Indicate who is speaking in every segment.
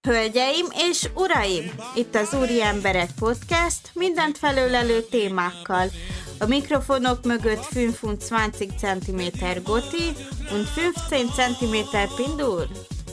Speaker 1: Hölgyeim és uraim! Itt az Úri Emberek Podcast, mindent felölelő témákkal. A mikrofonok mögött 25 cm Goti und 15 cm Pindur.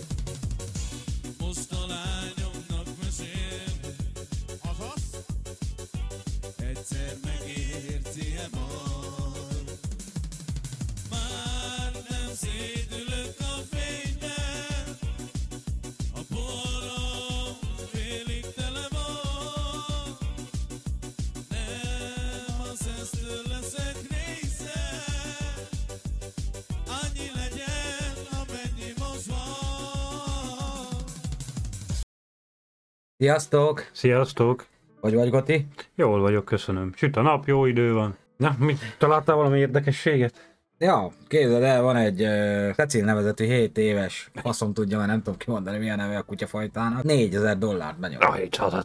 Speaker 2: Sziasztok!
Speaker 3: Sziasztok!
Speaker 2: Hogy vagy, Goti?
Speaker 3: Jól vagyok, köszönöm. Süt a nap, jó idő van. Na, mit találtál valami érdekességet?
Speaker 2: Ja, képzeld el, van egy Cecil nevezetű 7 éves, faszom tudja, mert nem tudom kimondani milyen neve a kutyafajtának, $4000 benyom.
Speaker 3: Ah,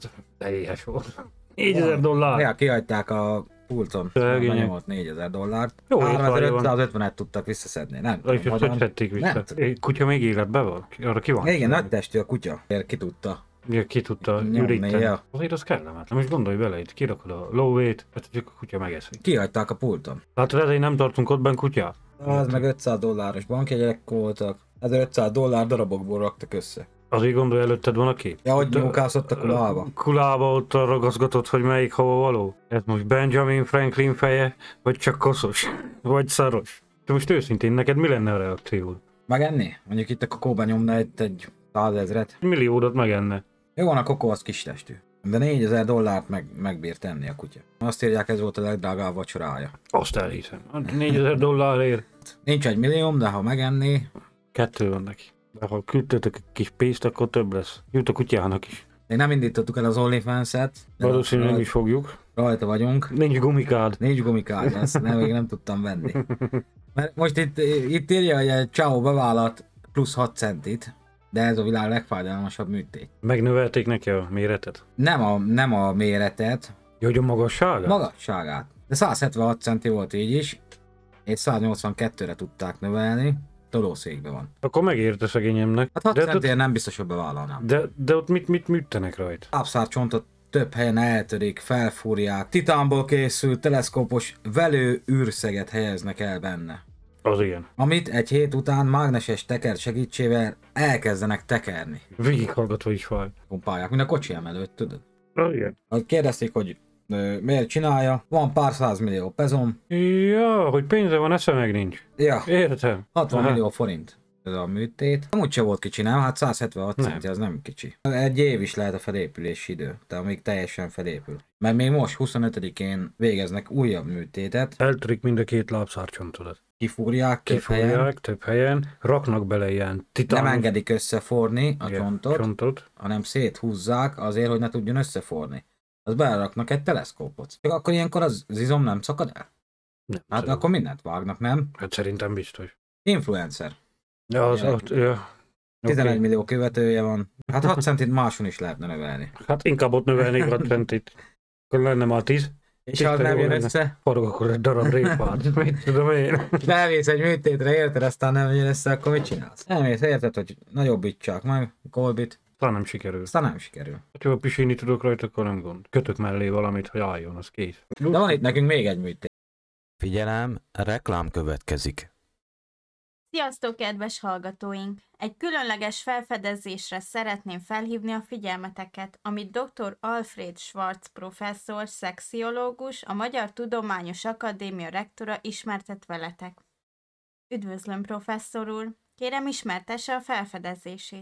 Speaker 3: de éhes volt. $4000?
Speaker 2: Ja, kihagyták a pulcon, benyomott $4000.
Speaker 3: Jó,
Speaker 2: 3550-et tudtak visszaszedni, nem tudom,
Speaker 3: és hogy szedték vissza? Kutya még életben van? Arra ki van?
Speaker 2: Igen, nagy testű a kutya, ki tudta.
Speaker 3: Ja, ki tudta
Speaker 2: Nyomni,
Speaker 3: üríteni.
Speaker 2: ja.
Speaker 3: Azért az kellemetlen. Most gondolj bele, itt kirakod a lóvét, hát csak a kutya megeszi.
Speaker 2: Kihagyták a pulton.
Speaker 3: Látod, ezért nem tartunk ott benn kutyát?
Speaker 2: Az meg $500 bankjegyek voltak, $1500 darabokból raktak össze.
Speaker 3: Azért gondolj, előtted van a kép?
Speaker 2: Ja, hogy nyúlkászott a kulába.
Speaker 3: Kulába ott ragaszgatott, hogy melyik hova való. Ez most Benjamin Franklin feje, vagy csak koszos, vagy szaros. De most őszintén, neked mi lenne a reakciód?
Speaker 2: Megenni? Mondjuk itt a kokóban nyomna egy 100 000.
Speaker 3: Milliódat megenne.
Speaker 2: Jó van, a kokó az kis testű. De $4000 megbír tenni a kutya. Azt írják, ez volt a legdrágább vacsorája.
Speaker 3: Azt elhiszem. $4000.
Speaker 2: Nincs 1 millió, de ha megenné...
Speaker 3: 2 van neki. De ha küldtetek egy kis pénzt, akkor több lesz. Jut a kutyának is.
Speaker 2: Még nem indítottuk el az OnlyFans-et.
Speaker 3: Valószínűleg nem is fogjuk.
Speaker 2: Rajta vagyunk.
Speaker 3: Nincs gumikád.
Speaker 2: Nincs gumikád, ezt még nem tudtam venni. Mert most itt írja, hogy egy Ciao bevállalt plusz 6 centit. De ez a világ legfájdalmasabb műtét.
Speaker 3: Megnövelték neki a méretet?
Speaker 2: Nem a méretet.
Speaker 3: Ja, hogy a magasságát?
Speaker 2: Magasságát. De 176 centi volt így is. És 182-re tudták növelni. Tolószékben van.
Speaker 3: Akkor megérte szegényemnek.
Speaker 2: Hát 6 centért nem biztos, hogy bevállalnám.
Speaker 3: De ott mit műtenek rajta?
Speaker 2: Lábszárcsontot több helyen eltörik, felfúrják. Titánból készült teleszkópos velő űrszeget helyeznek el benne.
Speaker 3: Az igen.
Speaker 2: Amit egy hét után mágneses teker segítségével elkezdenek tekerni.
Speaker 3: Végighallgatva is vagy.
Speaker 2: Pumpálják, mint a kocsijám előtt, tudod?
Speaker 3: Az igen.
Speaker 2: Kérdezték, hogy miért csinálja. Van pár 100 millió pezom.
Speaker 3: Ja, hogy pénze van, esze meg nincs.
Speaker 2: Ja.
Speaker 3: Értem.
Speaker 2: 60 millió forint ez a műtét. Amúgy se volt kicsi, nem? Hát 176 centi, az nem kicsi. Egy év is lehet a felépülési idő, tehát még teljesen felépül. Mert még most 25-én végeznek újabb műtétet.
Speaker 3: Eltörik mind a 2 lábszárcsontodat.
Speaker 2: Kifúrják
Speaker 3: több helyen, raknak bele ilyen titán.
Speaker 2: Nem engedik összeforni a csontot, hanem széthúzzák azért, hogy ne tudjon összeforni. Az beleraknak egy teleszkópot. Csak akkor ilyenkor az izom nem szakad el?
Speaker 3: Nem,
Speaker 2: hát szerintem. Akkor mindent vágnak, nem?
Speaker 3: Hát szerintem biztos.
Speaker 2: Influencer.
Speaker 3: Ja, ja.
Speaker 2: 11 millió követője van. Hát 6 centit máson is lehetne növelni.
Speaker 3: Hát inkább ott növelnék 6 centit. Akkor lenne már 10.
Speaker 2: És ha nem jön össze?
Speaker 3: Forog akkor egy darab répát. Mit tudom én?
Speaker 2: Elmész egy műtétre, érted, aztán nem jön össze, akkor mit csinálsz? Elmész, érted, hogy nagyobbítsák meg, kolbit.
Speaker 3: Aztán nem sikerül.
Speaker 2: Ha
Speaker 3: pisilni tudok rajta, akkor nem gond. Kötök mellé valamit, hogy álljon, az kész.
Speaker 2: De van itt nekünk még egy műtét.
Speaker 4: Figyelem, reklám következik.
Speaker 1: Sziasztok, kedves hallgatóink! Egy különleges felfedezésre szeretném felhívni a figyelmeteket, amit dr. Alfred Schwarz professzor, szexiológus, a Magyar Tudományos Akadémia rektora ismertet veletek. Üdvözlöm, professzor úr! Kérem, ismertesse a felfedezését.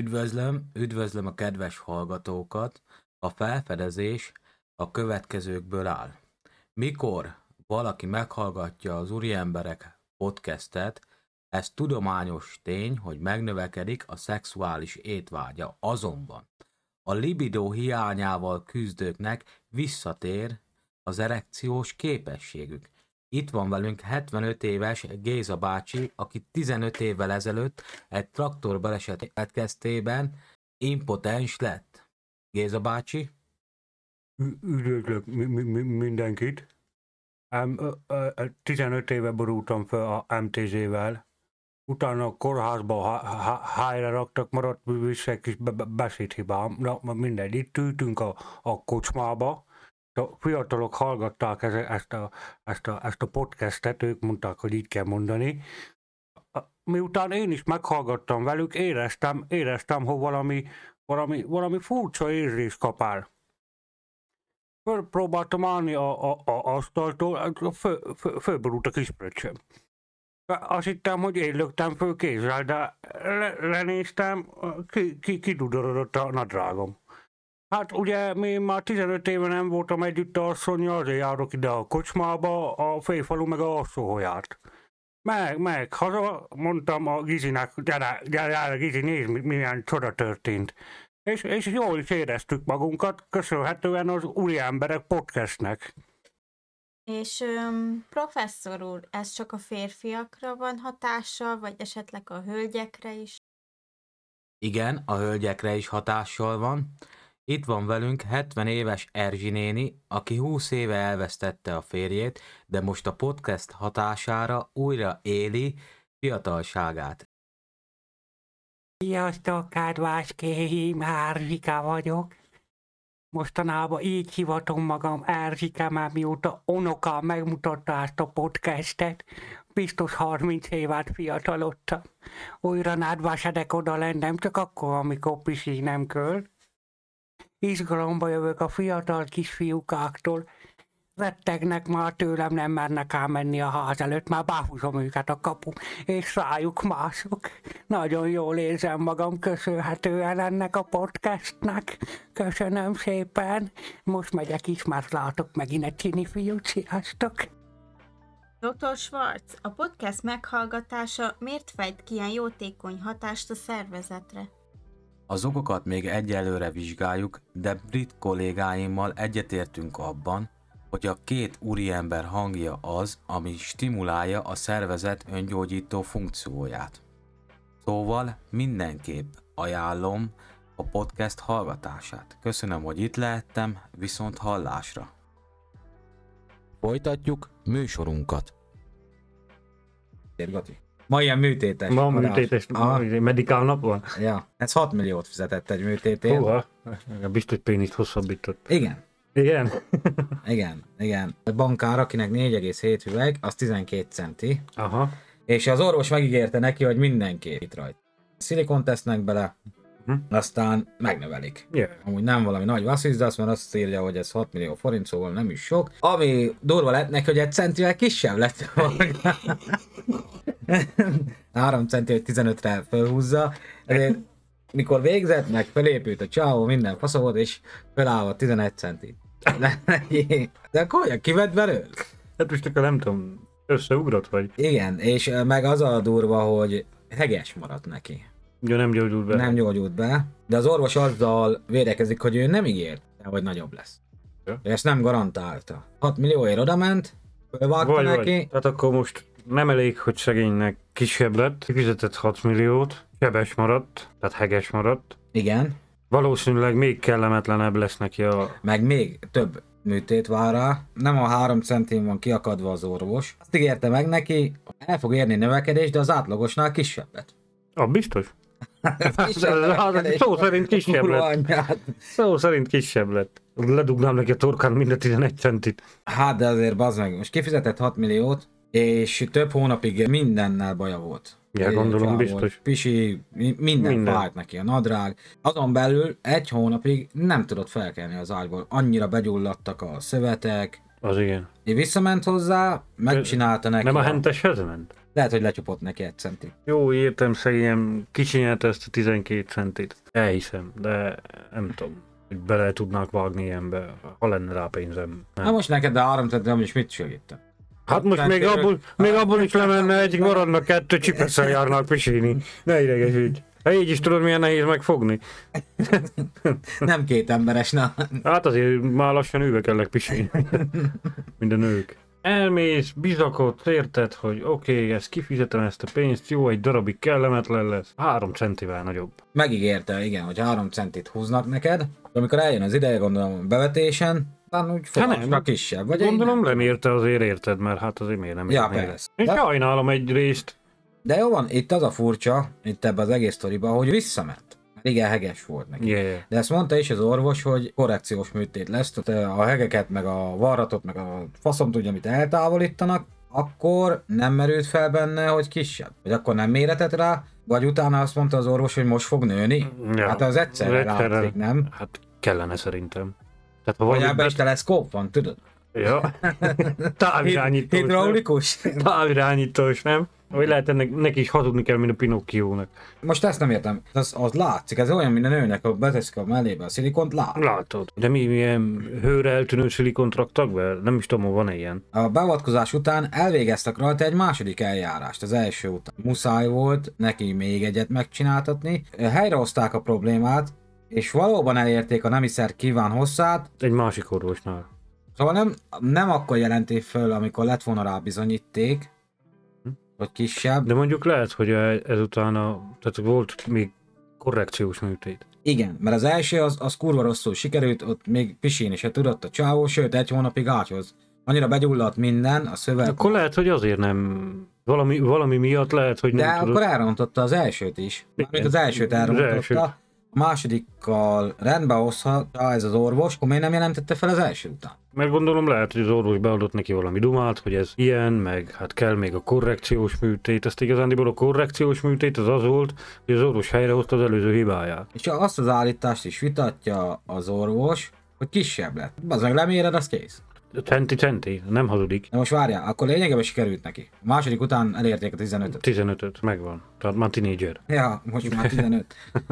Speaker 2: Üdvözlöm a kedves hallgatókat. A felfedezés a következőkből áll. Mikor valaki meghallgatja az Úri Emberek podcastet, ez tudományos tény, hogy megnövekedik a szexuális étvágya. Azonban a libido hiányával küzdőknek visszatér az erekciós képességük. Itt van velünk 75 éves Géza bácsi, aki 15 évvel ezelőtt egy traktorbaleset következtében impotens lett. Géza bácsi?
Speaker 3: Üdvözlök mindenkit. 15 éve borultam fel a MTZ-vel. Utána a kórházba hájra raktak, maradt vissza egy kis beszédhibám. Na, mindegy, itt ültünk a kocsmába. A fiatalok hallgatták ezt a podcastet, ők mondták, hogy így kell mondani. Miután én is meghallgattam velük, éreztem, hogy valami furcsa érzés kapál. Próbáltam állni a asztaltól, fölborult a kis pöcsöm. Azt hittem, hogy én löktem föl kézzel, de lenéztem, kidudorodott a nadrágom. Hát ugye mi már 15 éve nem voltam együtt a asszonnyal, azért járok ide a kocsmába, a főfalu meg a alsóhol járt. Meg, haza mondtam a Gizinek, gyere Gizi, nézd, milyen csoda történt. És jól is éreztük magunkat, köszönhetően az Úri Emberek podcastnek.
Speaker 1: És professzor úr, ez csak a férfiakra van hatással, vagy esetleg a hölgyekre is?
Speaker 2: Igen, a hölgyekre is hatással van. Itt van velünk 70 éves Erzsi néni, aki 20 éve elvesztette a férjét, de most a podcast hatására újra éli fiatalságát.
Speaker 5: Sziasztok, kedves kéhim, Erzsike vagyok. Mostanában így hivatom magam Erzsike, mert mióta unokám megmutatta ezt a podcastet, biztos 30 évet fiatalodtam. Újra nedvesedek oda lennem, csak akkor, amikor pisínem kell. Izgalomba jövök a fiatal kisfiúkáktól. Rettegnek már tőlem, nem mernek elmenni a ház előtt, már behúzom őket a kapu, és rájuk mászok. Nagyon jól érzem magam köszönhetően ennek a podcastnak. Köszönöm szépen. Most megyek is, mert látok megint egy csini fiút. Sziasztok!
Speaker 1: Dr. Schwartz, a podcast meghallgatása miért fejt ki ilyen jótékony hatást a szervezetre?
Speaker 2: Az okokat még egyelőre vizsgáljuk, de brit kollégáimmal egyetértünk abban, hogy a két úriember hangja az, ami stimulálja a szervezet öngyógyító funkcióját. Szóval mindenképp ajánlom a podcast hallgatását. Köszönöm, hogy itt lehettem, viszont hallásra.
Speaker 4: Folytatjuk műsorunkat.
Speaker 2: Ma ilyen műtétes.
Speaker 3: Ma műtétes, medikál nap van?
Speaker 2: Ja, ez 6 milliót fizetett egy műtétért.
Speaker 3: Húha, biztos péniszt hosszabbított.
Speaker 2: Igen.
Speaker 3: Igen?
Speaker 2: Igen. A bankár, akinek 4,7 üveg, az 12 centi.
Speaker 3: Aha.
Speaker 2: És az orvos megígérte neki, hogy mindenki itt rajta. Szilikon tesznek bele, aztán megnövelik.
Speaker 3: Yeah.
Speaker 2: Amúgy nem valami nagy vasszizdasz, mert azt írja, hogy ez 6 millió forint, szóval nem is sok. Ami durva lett neki, hogy egy centivel kisebb lett. 3 centi, hogy 15-re felhúzza. Ezért, mikor végzett, meg felépült a csávó, minden fasza volt, és felállva 11 centi. De akkor olyan kivett belőle?
Speaker 3: Hát most akkor nem tudom, összeugrott vagy?
Speaker 2: Igen, és meg az a durva, hogy heges maradt neki.
Speaker 3: Ugye nem gyógyult be.
Speaker 2: Nem gyógyult be, de az orvos azzal védekezik, hogy ő nem ígért, hogy nagyobb lesz.
Speaker 3: Ja.
Speaker 2: Ezt nem garantálta. 6 millióért odament, fölvágta neki.
Speaker 3: Tehát akkor most nem elég, hogy szegénynek kisebb lett, kifizetett 6 milliót, sebes maradt, tehát heges maradt.
Speaker 2: Igen.
Speaker 3: Valószínűleg még kellemetlenebb lesz neki a...
Speaker 2: Meg még több műtét vár rá. Nem a 3 centin van kiakadva az orvos. Azt ígérte meg neki, el fog érni növekedés, de az átlagosnál kisebbet.
Speaker 3: Biztos? Szó szerint kisebb lett. Szó szerint kisebb lett. Ledugnám neki a torkán mind a 11 centit.
Speaker 2: Hát de azért bazd meg, most kifizetett 6 milliót, és több hónapig mindennel baja volt.
Speaker 3: Ja, gondolom biztos.
Speaker 2: Pisi, minden fájt neki, a nadrág. Azon belül egy hónapig nem tudott felkelni az ágyból. Annyira begyulladtak a szövetek.
Speaker 3: Az igen.
Speaker 2: Én visszament hozzá, megcsinálta neki.
Speaker 3: Nem a henteshez ment?
Speaker 2: Lehet, hogy lecsupott neki 1 centit.
Speaker 3: Jó, értem, szegényem, kicsinyelte ezt a 12 centit. Elhiszem, de nem tudom, hogy bele tudnak vágni ilyenbe, ha lenne rá pénzem.
Speaker 2: Hát most neked a 3 centit, is mit segítem?
Speaker 3: Hát most még abból is lemenne, egyik maradnak 2 csipesszel járnak pisíni. Ne idegesíts. Hát így is tudod, milyen nehéz megfogni.
Speaker 2: Nem 2 emberes, na.
Speaker 3: Hát azért már lassan üvegellek pisíni. Minden nők. Elmész, bizakodsz, érted, hogy oké, ezt kifizetem ezt a pénzt, jó, egy darabig kellemetlen lesz. 3 centivel nagyobb.
Speaker 2: Megígérte, igen, hogy 3 centit húznak neked, de amikor eljön az ideje, gondolom a bevetésen, talán úgy fogalmasra kisebb. Vagy
Speaker 3: gondolom nem érte azért, érted, mert hát azért miért nem
Speaker 2: ja, persze.
Speaker 3: Én sajnálom egy részt.
Speaker 2: De jó van, itt az a furcsa, itt ebben az egész sztoriban, hogy visszament. Igen, heges volt neki.
Speaker 3: Yeah.
Speaker 2: De ezt mondta is az orvos, hogy korrekciós műtét lesz, tehát a hegeket, meg a varratot, meg a faszom tudja, amit eltávolítanak, akkor nem merült fel benne, hogy kisebb. Vagy akkor nem méretett rá, vagy utána azt mondta az orvos, hogy most fog nőni.
Speaker 3: Ja.
Speaker 2: Hát az egyszerre látszik, nem?
Speaker 3: Hát kellene szerintem. Tehát ha
Speaker 2: Vagy
Speaker 3: valami
Speaker 2: ebben is teleszkóp van, tudod?
Speaker 3: Ja. Távirányítós.
Speaker 2: Hidraulikus?
Speaker 3: Távirányítós, nem? Vagy lehet neki is hazudni kell, mint a Pinocchiónak.
Speaker 2: Most ezt nem értem. Az látszik, ez olyan, mint a nőnek, hogy beteszik a mellébe a szilikont,
Speaker 3: Látod. De milyen hőre eltűnő szilikont raktak be? Nem is tudom, van ilyen.
Speaker 2: A beavatkozás után elvégeztek rajta egy második eljárást, az első után. Muszáj volt neki még egyet megcsináltatni. Helyrehozták a problémát, és valóban elérték a nemiszer kíván hosszát.
Speaker 3: Egy másik orvosnál.
Speaker 2: Szóval nem akkor jelenték föl, amikor lett volna rá bizonyíték, vagy kisebb.
Speaker 3: De mondjuk lehet, hogy ezután tehát volt még korrekciós műtét.
Speaker 2: Igen, mert az első az kurva rosszul sikerült, ott még pisíni se tudott a csávó, sőt 1 hónapig ágyhoz. Annyira begyulladt minden, a szövet.
Speaker 3: Akkor lehet, hogy azért nem... Valami miatt lehet, hogy
Speaker 2: de
Speaker 3: nem
Speaker 2: akkor elrontotta az elsőt is. Mármint az elsőt elrontotta. A másodikkal rendbe hozhatta ez az orvos, akkor miért nem jelentette fel az első után?
Speaker 3: Mert gondolom lehet, hogy az orvos beadott neki valami dumát, hogy ez ilyen, meg hát kell még a korrekciós műtét. Ezt igazándiból a korrekciós műtét az volt, hogy az orvos helyrehozta az előző hibáját.
Speaker 2: És azt az állítást is vitatja az orvos, hogy kisebb lett. Az meg leméred, az kész.
Speaker 3: Centi, nem hazudik.
Speaker 2: De most várjál, akkor lényegében sikerült neki. A második után elérték a 15-öt.
Speaker 3: 15-öt, megvan. Tehát már tínédzser.
Speaker 2: Ja, most már 15.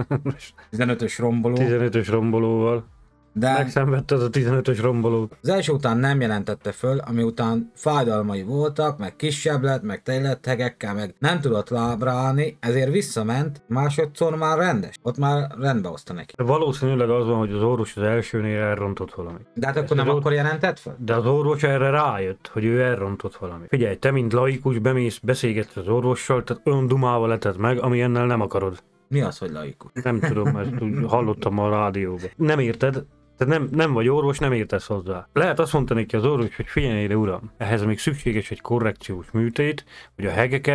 Speaker 2: 15-ös romboló.
Speaker 3: 15-ös rombolóval.
Speaker 2: De
Speaker 3: megszenvedted a 15-ös rombolót.
Speaker 2: Az első után nem jelentette föl, ami után fájdalmai voltak, meg kisebb lett, meg tejlett hegekkel, meg nem tudott lábra állni, ezért visszament, másodszor már rendes. Ott már rendbe hozta neki.
Speaker 3: Valószínűleg az van, hogy az orvos az elsőnél elrontott valami.
Speaker 2: De hát akkor nem akkor jelentett föl?
Speaker 3: De az orvos erre rájött, hogy ő elrontott valami. Figyelj, te mint laikus bemész, beszélgetsz az orvossal, tehát olyan dumával letett meg, ami ennel nem akarod.
Speaker 2: Mi az, hogy laikus?
Speaker 3: Nem tudom, ezt úgy hallottam a rádióban. Nem érted? Tehát nem vagy orvos, nem értesz hozzá. Lehet azt mondani neki az orvos, hogy figyelj ide, uram, ehhez még szükséges egy korrekciós műtét, hogy a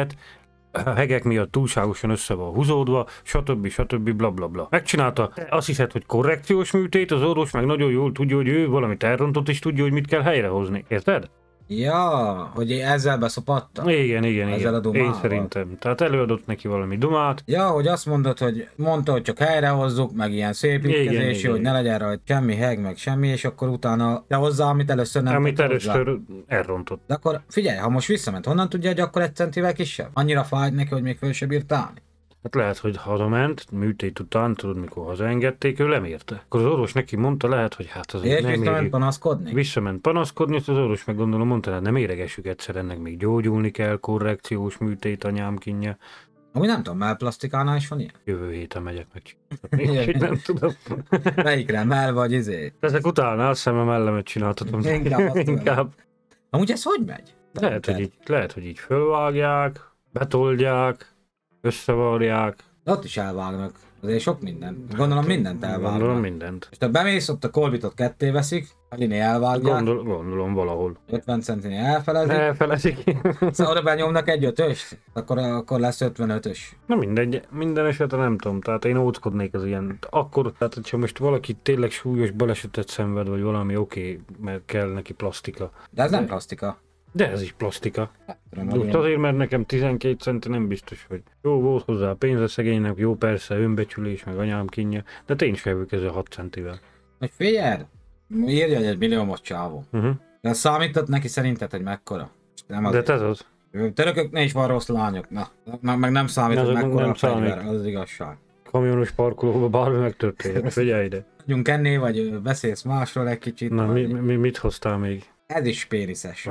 Speaker 3: hegek miatt túlságosan össze van húzódva, stb. Blablabla. Megcsinálta, azt hiszed, hogy korrekciós műtét, az orvos meg nagyon jól tudja, hogy ő valamit elrontott, és tudja, hogy mit kell helyrehozni. Érted?
Speaker 2: Ja, hogy ezzel beszopatta?
Speaker 3: Igen.
Speaker 2: Ezzel a dumával.
Speaker 3: Én szerintem. Tehát előadott neki valami dumát.
Speaker 2: Ja, hogy azt mondta, hogy csak helyrehozzuk, meg ilyen szépítkezési, hogy ne legyen rajta semmi heg, meg semmi, és akkor utána te hozzá, amit először nem
Speaker 3: Amit először elrontott.
Speaker 2: De akkor figyelj, ha most visszament, honnan tudja, hogy akkor 1 centivel kisebb? Annyira fájt neki, hogy még föl se bírt állni.
Speaker 3: Hát lehet, hogy hazament, műtét után, tudod, mikor hazaengedték, ő lemérte. Akkor az orvos neki mondta, lehet, hogy hát az
Speaker 2: és
Speaker 3: nem
Speaker 2: visszament panaszkodni?
Speaker 3: Visszament panaszkodni, és az orvos meg gondolom mondta, hát nem éregessük egyszer, ennek még gyógyulni kell, korrekciós műtét, anyám kínja.
Speaker 2: Ami nem tudom, mellplasztikánál is van ilyen?
Speaker 3: Jövő héten megyek meg. Nem tudom.
Speaker 2: Melyikre? Mell vagy izé?
Speaker 3: Ezek utána azt hiszem a mellemet csináltatom.
Speaker 2: Inkább. Amúgy ez hogy megy?
Speaker 3: Lehet, hogy így fölvágják, betoldják, összevarják.
Speaker 2: De ott is elvágnak. Azért sok minden. Gondolom mindent elvágnak.
Speaker 3: Gondolom mindent.
Speaker 2: És te bemész, ott a kolbitot ketté veszik, a liné elvágják.
Speaker 3: Gondolom valahol.
Speaker 2: 50 centinél elfelezik.
Speaker 3: Elfelezik.
Speaker 2: Szóval oda benyomnak egy 5-öst, akkor lesz 55-ös.
Speaker 3: Na mindegy, minden esetre nem tudom, tehát én óckodnék az ilyen. Akkor, tehát hogyha most valaki tényleg súlyos balesetet szenved, vagy valami oké, mert kell neki plastika.
Speaker 2: De ez nem plastika.
Speaker 3: De ez is plastika.
Speaker 2: Tudom,
Speaker 3: Most azért, mert nekem 12 centi nem biztos, hogy jó volt hozzá a pénz a szegénynek, jó persze, önbecsülés, meg anyám kínja, de én sem jövök ezzel 6 centivel.
Speaker 2: Hogy figyelj, írja egy milliómos csávó. De számított neki szerinted, hogy mekkora? Nem
Speaker 3: de ez az.
Speaker 2: Törököknél is van rossz lányok, na. Meg nem számít, hogy mekkora
Speaker 3: nem
Speaker 2: a fegyver, az az igazság.
Speaker 3: Kamionos parkolóban bármi megtörténhet, figyelj ide.
Speaker 2: Tudjunk enni, vagy beszélsz másról egy kicsit.
Speaker 3: Na, mit hoztál még?
Speaker 2: Ez is péniszes.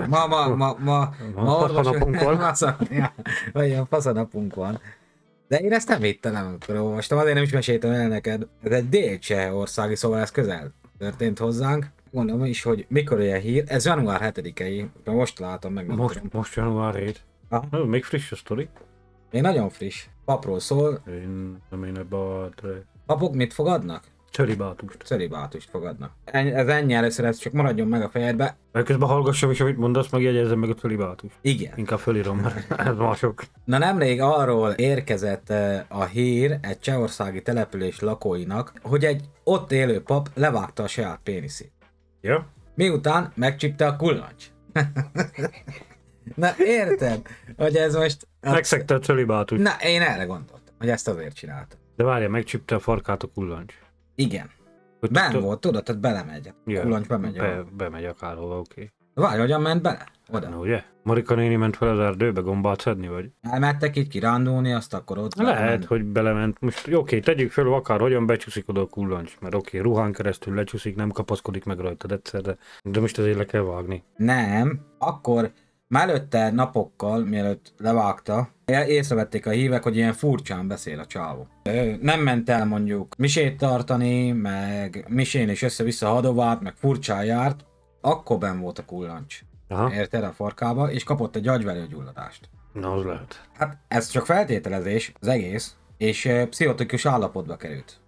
Speaker 2: Ma
Speaker 3: faszanapunk van.
Speaker 2: Olyan faszanapunk van. De én ezt nem hittem, amikor olvastam, azért nem is meséltem el neked. Ez egy dél-cseh országi, szóval ez közel történt hozzánk. Mondom is, hogy mikor ilyen hír, ez január 7-i, most látom meg.
Speaker 3: Most január 7.
Speaker 2: Aha.
Speaker 3: Még friss a sztori?
Speaker 2: Még nagyon friss. Papról szól.
Speaker 3: Én nem én ebbe a...
Speaker 2: Papok mit fogadnak? Cölibátust fogadnak. Ez ennyi először, ez csak maradjon meg a fejedbe.
Speaker 3: Közben hallgassam is, amit mondasz, meg jegyezzem meg a cölibátust.
Speaker 2: Igen.
Speaker 3: Inkább fölírom, mert ez mások.
Speaker 2: Na nemrég arról érkezett a hír egy csehországi település lakóinak, hogy egy ott élő pap levágta a saját péniszét.
Speaker 3: Ja?
Speaker 2: Miután megcsipte a kullancs. Na érted, hogy ez most...
Speaker 3: Megszegte a cölibátust.
Speaker 2: Na, én erre gondoltam, hogy ezt azért csináltam.
Speaker 3: De várja, megcsipte a farkát a kullancs.
Speaker 2: Igen.
Speaker 3: Hogy
Speaker 2: Ben volt, tudod, tehát belemegy. A
Speaker 3: Ja,
Speaker 2: kullancs bemegy.
Speaker 3: bemegy akárhova, oké.
Speaker 2: Várj, hogyan ment bele? Oda.
Speaker 3: Na ugye? Marika néni ment fel az erdőbe gombát szedni, vagy?
Speaker 2: Elmentek így kirándulni, azt akkor ott...
Speaker 3: Lehet,
Speaker 2: belement.
Speaker 3: hogy belement. Most oké, tegyük fel, akár hogyan becsúszik oda a kullancs, mert oké, ruhán keresztül lecsúszik, nem kapaszkodik meg rajtad egyszerre, de most azért le kell vágni.
Speaker 2: Nem, akkor már előtte napokkal, mielőtt levágta, észrevették a hívek, hogy ilyen furcsán beszél a csávó. Nem ment el mondjuk misét tartani, meg misén is össze-vissza hadovált, meg furcsán járt, akkor benn volt a kullancs.
Speaker 3: Aha,
Speaker 2: Érted a farkába, és kapott egy agyvelőgyulladást.
Speaker 3: na az lehet.
Speaker 2: Hát ez csak feltételezés, az egész, és pszichotikus állapotba került.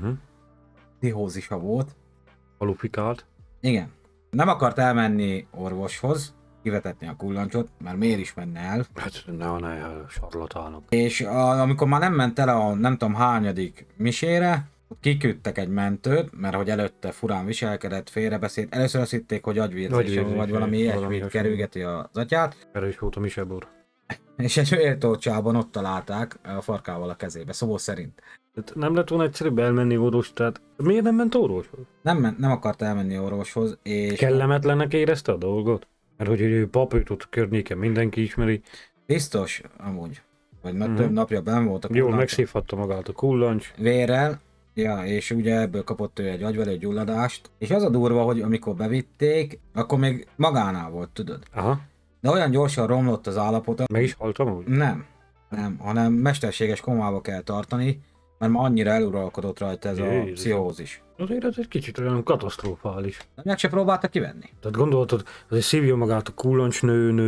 Speaker 2: Pszichózisa volt.
Speaker 3: Alufikált.
Speaker 2: Igen. Nem akart elmenni orvoshoz, kivetetni a kullancsot, mert miért is menne el.
Speaker 3: Hát ne sarlatánok.
Speaker 2: És amikor már nem ment el a nem tudom hányadik misére, kiküldtek egy mentőt, mert hogy előtte furán viselkedett, félrebeszélt. Először azt hitték, hogy agyvérzése, vagy valami ilyesmit kerülgeti az atyát.
Speaker 3: Erős volt a misebor.
Speaker 2: És egy éltócsában ott találták a farkával a kezébe, szó szerint.
Speaker 3: Tehát nem lett volna egyszerűbb elmenni orvos, tehát miért nem ment orvoshoz?
Speaker 2: Nem akart elmenni orvoshoz, és
Speaker 3: Kellemetlennek érezte a dolgot? Mert hogy ő pap, őt ott környéken mindenki ismeri.
Speaker 2: biztos amúgy, vagy több napja benn volt a
Speaker 3: Jól
Speaker 2: kullancs
Speaker 3: megszívhatta magát a kullancs.
Speaker 2: vérrel, ja, és ugye ebből kapott ő egy agyvelőgyulladást. És az a durva, hogy amikor bevitték, akkor még magánál volt, tudod.
Speaker 3: Aha,
Speaker 2: De olyan gyorsan romlott az állapota.
Speaker 3: meg is haltam úgy?
Speaker 2: Nem, hanem mesterséges komába kell tartani, mert már annyira eluralkodott rajta ez a
Speaker 3: Jézus.
Speaker 2: pszichózis.
Speaker 3: Azért ez egy kicsit olyan katasztrofális.
Speaker 2: Meg se próbálta kivenni.
Speaker 3: Tehát gondoltad, azért szívja magát a kullancs,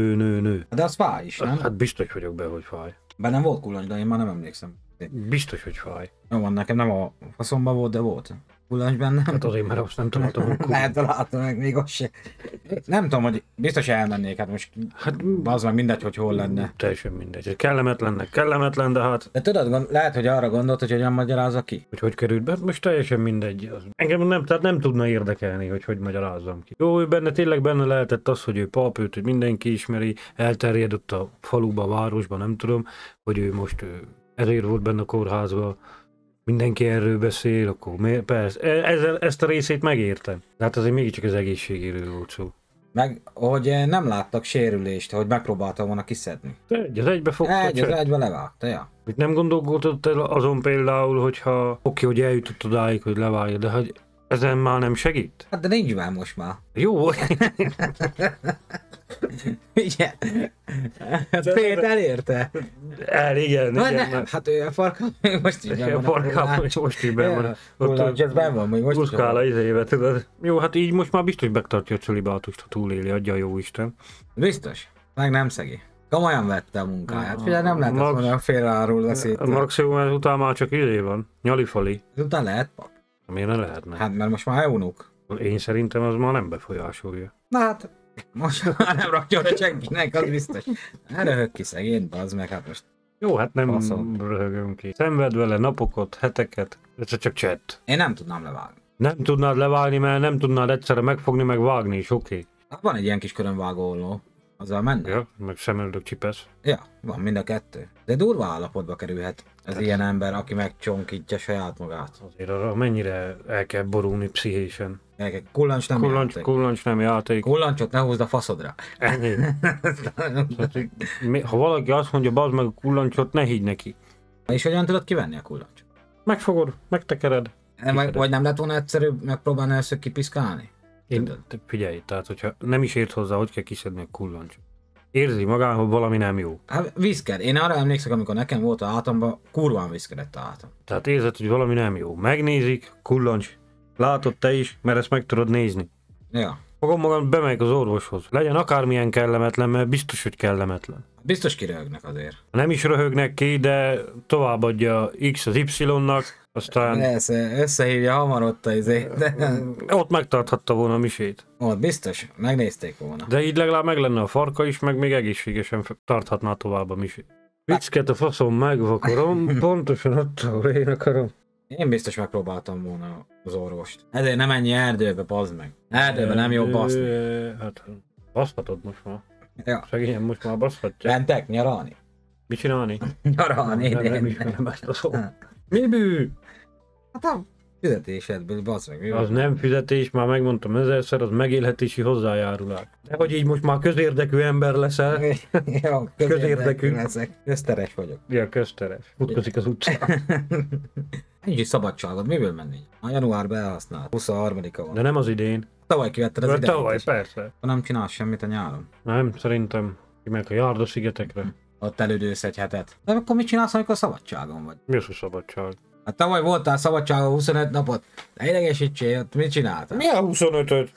Speaker 3: nő.
Speaker 2: De az fáj is, nem?
Speaker 3: Hát biztos vagyok be, hogy fáj.
Speaker 2: Bennem volt kullancs, de én már nem emlékszem.
Speaker 3: Biztos, hogy fáj.
Speaker 2: Jó van, nekem nem a faszomba volt, de volt kullancs bennem.
Speaker 3: Hát azért, mert azt nem találtam, hogy
Speaker 2: Lehet találtam meg, még azt se. Nem tudom, hogy biztos elmennék, hát most
Speaker 3: Hát
Speaker 2: az meg mindegy, hogy hol lenne.
Speaker 3: teljesen mindegy. Kellemetlen, de hát
Speaker 2: De tudod, lehet, hogy arra gondolt, hogy hogyan magyarázza ki.
Speaker 3: hogy került be, hát most teljesen mindegy. Engem nem tudna érdekelni, hogy magyarázzam ki. Jó, benne tényleg benne lehetett az, hogy ő pap, őt hogy mindenki ismeri, elterjedett a faluba, a városba, nem tudom, hogy ő most ezért volt benne a kórházba, mindenki erről beszél, akkor persze, ezt a részét megértem. De hát azért mégiscsak az egészségéről volt szó.
Speaker 2: Meg, hogy nem láttak sérülést, hogy megpróbálta volna kiszedni.
Speaker 3: Egy az egybe fogta
Speaker 2: Egy az egybe levágta, ja.
Speaker 3: Mit nem gondolkodott el azon például, hogyha oké, hogy eljutott odáig, hogy levágja, de hogy ezen már nem segít?
Speaker 2: Hát de nincs már most már.
Speaker 3: Jó,
Speaker 2: Igen. Hát Fét elérte.
Speaker 3: igen,
Speaker 2: Vagy
Speaker 3: igen,
Speaker 2: nem, hát ő a farka még most is
Speaker 3: a farkában most is benn van.
Speaker 2: Kullancs, ez benn van, még most is
Speaker 3: Buszkál
Speaker 2: van.
Speaker 3: az éve, tudod. Jó, hát így most már biztos megtartja a cölibátust, ha túléli, adja a jó Isten.
Speaker 2: Biztos. Meg nem szegi. Komolyan vette a munkáját. Figyelj, nem lehet azt
Speaker 3: Max-
Speaker 2: mondani, a félreárul
Speaker 3: A
Speaker 2: veszít.
Speaker 3: maximum után már csak van, nyalifali.
Speaker 2: Utána lehet pap.
Speaker 3: Miért ne lehetne?
Speaker 2: Hát mert most már eunuk.
Speaker 3: Én szerintem az már nem befolyásolja.
Speaker 2: Na hát, most már nem rakja oda senkinek, az biztos. Ne röhög ki szegény, bazd meg, hát most.
Speaker 3: Jó, hát nem
Speaker 2: Faszom.
Speaker 3: röhögöm ki. Szenved vele napokat, heteket, ez csak chat.
Speaker 2: Én nem tudnám levágni.
Speaker 3: Nem tudnád levágni, mert nem tudnád egyszerre megfogni, meg vágni is, oké.
Speaker 2: Hát van egy ilyen kis körönvágó olló. Azzal menne?
Speaker 3: Ja, meg szemöldök csipesz.
Speaker 2: Ja, van mind a kettő. De durva állapotba kerülhet ez ilyen ember, aki megcsonkítja saját magát.
Speaker 3: Azért arra mennyire el kell borulni pszichésen.
Speaker 2: Kullancs nem játék.
Speaker 3: Kullancs nem játék.
Speaker 2: Kullancsot ne húzd a faszodra.
Speaker 3: Ennyi. Ha valaki azt mondja, bazd meg a kullancsot, ne higgy neki.
Speaker 2: És hogyan tudod kivenni a kullancsot?
Speaker 3: Megfogod, megtekered.
Speaker 2: Vagy nem lett volna egyszerűbb megpróbálni először kipiszkálni?
Speaker 3: Figyelj, tehát hogyha nem is ért hozzá, hogy kell kiszedni a kullancsot. Érzi magán, hogy valami nem jó.
Speaker 2: Hát viszked. Én arra emlékszem, amikor nekem volt a hátamban, kurván viszkedett a hátam.
Speaker 3: Tehát érzed, hogy valami nem jó. Megnézik, kullancs. Látod te is, mert ezt meg tudod nézni.
Speaker 2: Ja.
Speaker 3: Fogom magam, bemegyek az orvoshoz. Legyen akármilyen kellemetlen, mert biztos, hogy kellemetlen.
Speaker 2: Biztos kiröhögnek azért.
Speaker 3: Nem is röhögnek ki, de továbbadja X az Y-nak, Aztán
Speaker 2: Összehívja hamar ott a de
Speaker 3: ott megtarthatta volna a misét.
Speaker 2: ott biztos, megnézték volna.
Speaker 3: De így legalább meg lenne a farka is, meg még egészségesen tarthatná tovább a misét. Viccket a faszom megvakarom, pontosan ott, ahol én akarom.
Speaker 2: Én biztos megpróbáltam volna az orvost. Ezért nem ennyi erdőbe, bazd meg. Erdőbe nem jobb baszni.
Speaker 3: Hát baszhatod most már.
Speaker 2: Ja.
Speaker 3: Szegényen most már baszhatja.
Speaker 2: Mentek nyaralni?
Speaker 3: Mit csinálni?
Speaker 2: Nyaralni.
Speaker 3: Nem ismerem ezt a szót. Mi bű?
Speaker 2: Hát a fizetésedből, bazd meg. Mi
Speaker 3: Az
Speaker 2: van?
Speaker 3: nem fizetés, már megmondtam ezerszer, az megélhetési hozzájárulás. De hogy így most már közérdekű ember leszel,
Speaker 2: Jó,
Speaker 3: közérdekű.
Speaker 2: leszek. Közteres vagyok.
Speaker 3: ilyen közteres. Futkozik az utcán.
Speaker 2: Nincs is szabadságod, miből menni? A januárban elhasznált. 23-a van.
Speaker 3: De nem az idén.
Speaker 2: Tavaly kivetted az
Speaker 3: De
Speaker 2: idejét
Speaker 3: tavaly,
Speaker 2: is.
Speaker 3: persze.
Speaker 2: Nem csinálsz semmit a nyáron.
Speaker 3: Nem, szerintem kimegyek a Járda-szigetekre.
Speaker 2: Ott elődősz egy hetet. De akkor mit csinálsz, amikor szabadságon vagy?
Speaker 3: Mi az a szabadság?
Speaker 2: Hát tavaly voltál szabadságon 25 napot. De idegesítsél, ott mit csináltál?
Speaker 3: Mi a 25-öt?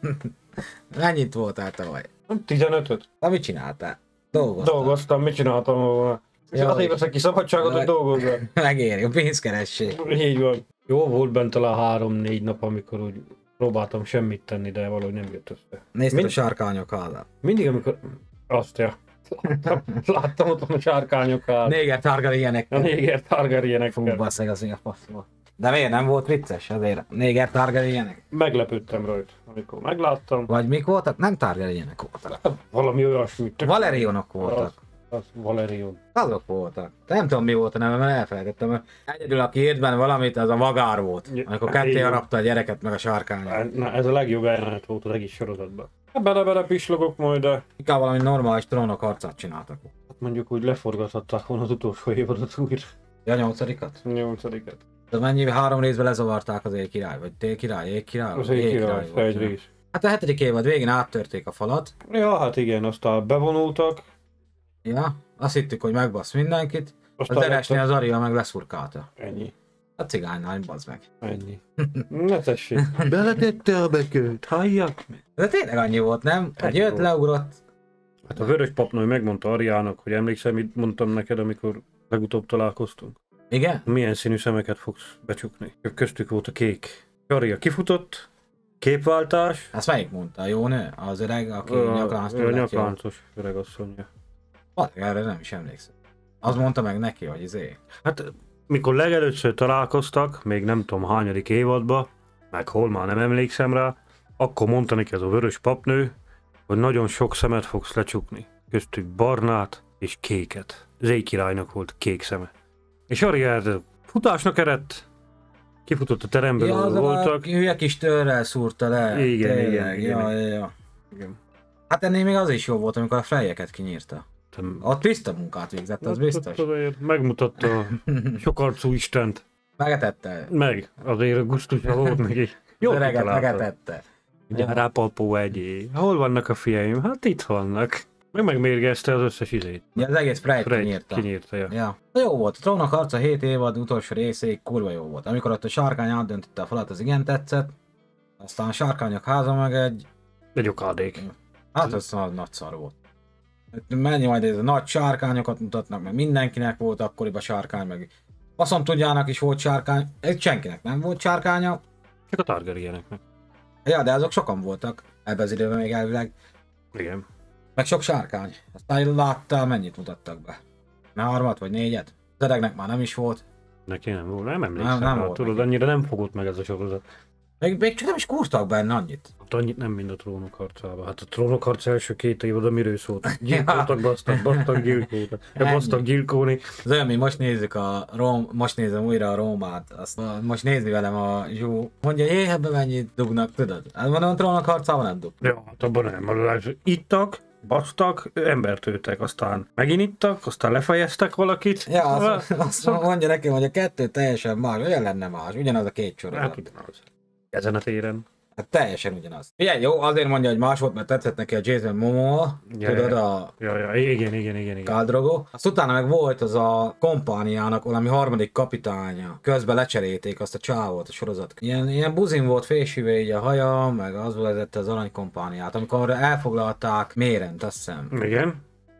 Speaker 2: Mennyit voltál tavaly?
Speaker 3: 15-öt?
Speaker 2: Na mit csináltál? Dolgoztál.
Speaker 3: Dolgoztam, mit csináltam volna?
Speaker 2: Ja,
Speaker 3: Azért veszek ki szabadságot, hogy dolgozzak.
Speaker 2: Megéri, a pénzkeresség.
Speaker 3: Így van. Jó volt bent talán 3-4 nap, amikor úgy próbáltam semmit tenni, de valahogy nem jött össze.
Speaker 2: Nézted
Speaker 3: Mind-
Speaker 2: a sarkányok házát.
Speaker 3: Mindig, amikor... Azt, ja. Láttam ott a sárkányokat.
Speaker 2: Néger Targaryenek.
Speaker 3: A néger
Speaker 2: Fú,
Speaker 3: Targaryenekkel.
Speaker 2: basszeg, az a fasz volt. De miért nem volt vicces azért? Néger Targaryenek?
Speaker 3: Meglepődtem rajta, amikor megláttam.
Speaker 2: Vagy mik voltak? Nem Targaryenek voltak.
Speaker 3: Valami olyasmit.
Speaker 2: Valerionok voltak.
Speaker 3: Az Valerion.
Speaker 2: Azok voltak. De nem tudom mi volt a neve, mert elfelejtettem. Mert egyedül aki írt benne valamit, az a Vagár volt. Amikor ketté
Speaker 3: Igen.
Speaker 2: harapta a gyereket meg a sárkányot.
Speaker 3: Na, ez a legjobb ellenet volt az egész sorozatban. Bele-bele pislogok majd, de
Speaker 2: Inkább valami normális trónok harcát csináltak.
Speaker 3: hát mondjuk úgy leforgathatták volna az utolsó évadot újra.
Speaker 2: Ja, 8-at?
Speaker 3: 8-et.
Speaker 2: De mennyi 3 részben lezavarták az Éjkirály? Vagy T-király? Éjkirály?
Speaker 3: Az egy király,
Speaker 2: volt,
Speaker 3: egy
Speaker 2: nem?
Speaker 3: rész.
Speaker 2: Hát a 7. évad végén áttörték a falat.
Speaker 3: Ja, hát igen, aztán bevonultak.
Speaker 2: Ja, azt hittük, hogy megbasz mindenkit. Az
Speaker 3: Aztán
Speaker 2: Eresnél az Aria meg leszurkálta.
Speaker 3: Ennyi.
Speaker 2: A cigánylány, bazd meg.
Speaker 3: Ennyi. Ne tessék. Beletette a bekölt, halljak meg.
Speaker 2: De tényleg annyi volt, nem? Hogy
Speaker 3: Annyi
Speaker 2: jött,
Speaker 3: volt.
Speaker 2: leugrott.
Speaker 3: Hát a vörös papnő megmondta Ariának, hogy emlékszel, mit mondtam neked, amikor legutóbb találkoztunk?
Speaker 2: Igen?
Speaker 3: Milyen színű szemeket fogsz becsukni? Köztük volt a kék. Aria kifutott, képváltás.
Speaker 2: Azt melyik mondta? A jó nő? Az öreg, aki nyaklánctól
Speaker 3: a
Speaker 2: lett jó?
Speaker 3: nyakláncos öregasszonyja.
Speaker 2: Erre nem is emlékszem. Az mondta meg neki, hogy
Speaker 3: Hát, mikor legelőször találkoztak, még nem tudom hányadik évadba, meg hol már nem emlékszem rá, akkor mondta neki ez a vörös papnő, hogy nagyon sok szemet fogsz lecsukni. Köztük barnát és kéket. Zéj királynak volt kék szeme. És Aria futásnak eredt, kifutott a teremből,
Speaker 2: Ja,
Speaker 3: ahol
Speaker 2: az a
Speaker 3: voltak.
Speaker 2: hülye kis törrel szúrta le.
Speaker 3: Igen,
Speaker 2: Tényleg,
Speaker 3: igen,
Speaker 2: ja,
Speaker 3: igen.
Speaker 2: ja.
Speaker 3: Igen.
Speaker 2: Hát ennél még az is jó volt, amikor a fejeket kinyírta.
Speaker 3: Tem-
Speaker 2: Ott tiszta munkát végzett, az biztos.
Speaker 3: Azért megmutatta a sokarcú Istent.
Speaker 2: Megetette.
Speaker 3: Meg, azért gusztusa volt neki. Jó
Speaker 2: Öreget
Speaker 3: kitalálta.
Speaker 2: megetette.
Speaker 3: Gyere, papó, egyé. Hol vannak a fiaim? Hát itt vannak. Megmérgezte az összes izét.
Speaker 2: Ja, az egész Freyt
Speaker 3: Fred
Speaker 2: kinyírta.
Speaker 3: kinyírta, ja.
Speaker 2: Ja. De jó volt, a Trónok harca 7 évad utolsó részéig kurva jó volt. Amikor ott a sárkány átdöntötte a falat, az igen tetszett. Aztán a sárkányok háza meg egy...
Speaker 3: Egy okádék.
Speaker 2: Hát az nagy szar volt. Mennyi majd ez a nagy sárkányokat mutatnak, meg mindenkinek volt akkoriban sárkány, meg faszom tudjának is volt sárkány. Ez senkinek nem volt sárkánya.
Speaker 3: Csak a Targaryeneknek.
Speaker 2: Ja, de azok sokan voltak ebben az időben még elvileg.
Speaker 3: Igen.
Speaker 2: Meg sok sárkány. Aztán láttál, mennyit mutattak be. 3 vagy 4. Az öregnek már nem is volt.
Speaker 3: Neki nem volt, nem emlékszem.
Speaker 2: Nem
Speaker 3: rá,
Speaker 2: volt
Speaker 3: tudod,
Speaker 2: neki.
Speaker 3: annyira nem fogott meg ez a sorozat.
Speaker 2: Még csak nem is kúrtak benne annyit.
Speaker 3: Hát annyit nem, mint a Trónok harcában. Hát a Trónok harca első 2 évad, miről szólt. Gyilkoltak, basztak, gyilkoltak. Basztak gyilkolni.
Speaker 2: Az olyan, mint most nézzük most nézem újra a Rómát, azt most nézi velem a Zsú. Mondja, jé, ebben mennyit dugnak, tudod? Hát mondom, a Trónok harcában nem dug.
Speaker 3: Ja, hát abban nem. Ittak, basztak, embert öltek, aztán megint ittak, aztán lefejeztek valakit.
Speaker 2: Ja, azt mondja nekem, hogy a 2 teljesen más, olyan lenne más, ugyanaz a 2 sorozat.
Speaker 3: Hát ugyanaz. Ezen a téren.
Speaker 2: Hát teljesen ugyanaz. Figyelj, jó, azért mondja, hogy más volt, mert tetszett neki a Jason Momoa,
Speaker 3: Ja,
Speaker 2: tudod,
Speaker 3: ja.
Speaker 2: a
Speaker 3: Ja, igen.
Speaker 2: Khal Drogo. Azt utána meg volt az a kompániának valami harmadik kapitánya. Közben lecserélték azt a csávót a sorozat. Ilyen buzin volt fésűvé így a haja, meg az vezette az aranykompániát, amikor elfoglalták Mérent, azt hiszem.
Speaker 3: Igen.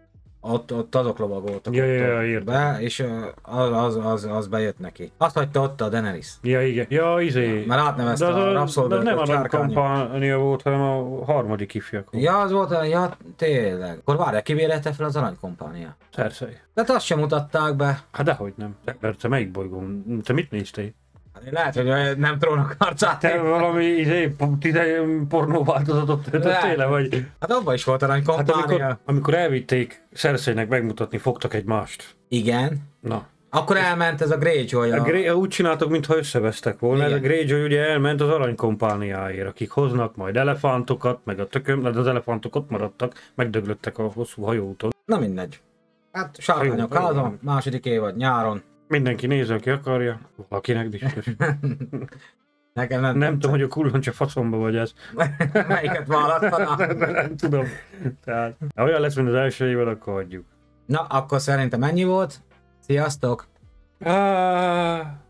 Speaker 2: ott azok lovagoltak
Speaker 3: Ja,
Speaker 2: ott
Speaker 3: értem.
Speaker 2: be, és az bejött neki. Azt hagyta ott a Daenerys.
Speaker 3: Ja, igen. Ja,
Speaker 2: Mert átnevezte a
Speaker 3: de
Speaker 2: rabszolgákat
Speaker 3: nem a
Speaker 2: csárkányok.
Speaker 3: kampánia volt, hanem a harmadik ifjak.
Speaker 2: Ja, az volt, ja, tényleg. Akkor várjál, kivérette fel az aranykompánia.
Speaker 3: Cersei.
Speaker 2: Tehát azt sem mutatták be.
Speaker 3: Hát dehogy nem. Te melyik bolygón? Te mit néztél?
Speaker 2: Lehet, hogy nem Trónok harcát.
Speaker 3: Te valami pornó változatot töltöttél le, vagy?
Speaker 2: Hát abban is volt
Speaker 3: Hát
Speaker 2: aranykompánia.
Speaker 3: amikor elvitték Cerseinek megmutatni, fogtak egymást.
Speaker 2: Igen.
Speaker 3: Na.
Speaker 2: Akkor elment ez a Greyjoy.
Speaker 3: Úgy csináltak, mintha összevesztek volna.
Speaker 2: Igen.
Speaker 3: Ez a Greyjoy ugye elment az aranykompániáért, akik hoznak majd elefántokat, meg a tököm, de az elefántok ott maradtak, megdöglöttek a hosszú hajóúton.
Speaker 2: Na mindegy. Hát sárkányok
Speaker 3: Jó, jó.
Speaker 2: házon, második évad nyáron.
Speaker 3: Mindenki nézze, aki akarja, valakinek biztos.
Speaker 2: Nekem nem.
Speaker 3: Nem tudom, hogy a kullancsa faszomba vagy ez.
Speaker 2: Melyiket választaná.
Speaker 3: Nem tudom. Tehát, ha olyan lesz, mint az első évad, akkor hagyjuk.
Speaker 2: Na, akkor szerintem ennyi volt. Sziasztok!